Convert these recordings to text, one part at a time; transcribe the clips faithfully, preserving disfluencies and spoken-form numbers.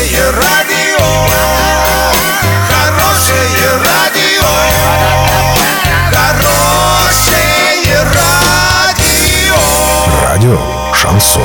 Хорошее радио, хорошее радио, хорошее радио. Радио Шансон.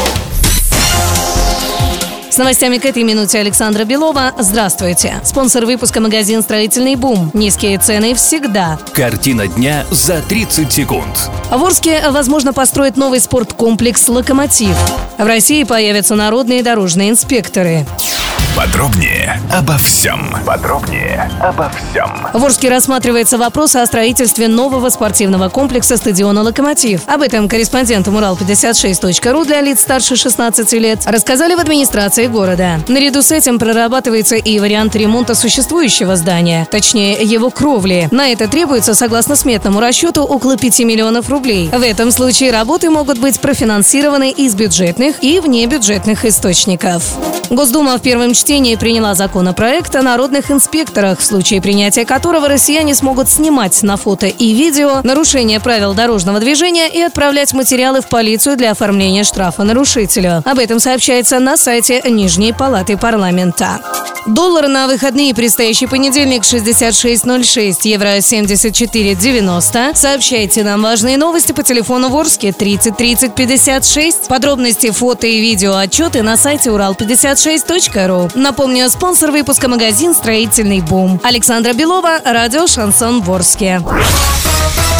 С новостями к этой минуте Александра Белова. Здравствуйте. Спонсор выпуска — магазин «Строительный бум». Низкие цены всегда. Картина дня за тридцать секунд. В Орске, возможно, построить новый спорткомплекс «Локомотив». В России появятся народные дорожные инспекторы. Подробнее обо всем. Подробнее обо всем. В Орске рассматривается вопрос о строительстве нового спортивного комплекса стадиона «Локомотив». Об этом корреспондентам Урал пятьдесят шесть точка ру для лиц старше шестнадцати лет рассказали в администрации города. Наряду с этим прорабатывается и вариант ремонта существующего здания, точнее его кровли. На это требуется, согласно сметному расчету, около пяти миллионов рублей. В этом случае работы могут быть профинансированы из бюджетных и внебюджетных источников. Госдума в первом чтении приняла законопроект о народных инспекторах, в случае принятия которого россияне смогут снимать на фото и видео нарушение правил дорожного движения и отправлять материалы в полицию для оформления штрафа нарушителю. Об этом сообщается на сайте Нижней палаты парламента. Доллар на выходные предстоящий понедельник шестьдесят шесть ноль шесть, евро семьдесят четыре девяносто. Сообщайте нам важные новости по телефону в Орске тридцать тридцать пятьдесят шесть. Подробности, фото и видео отчеты на сайте урал пятьдесят шесть точка ру. Напомню, спонсор выпуска — магазин «Строительный бум». Александра Белова, радио «Шансон» в Орске.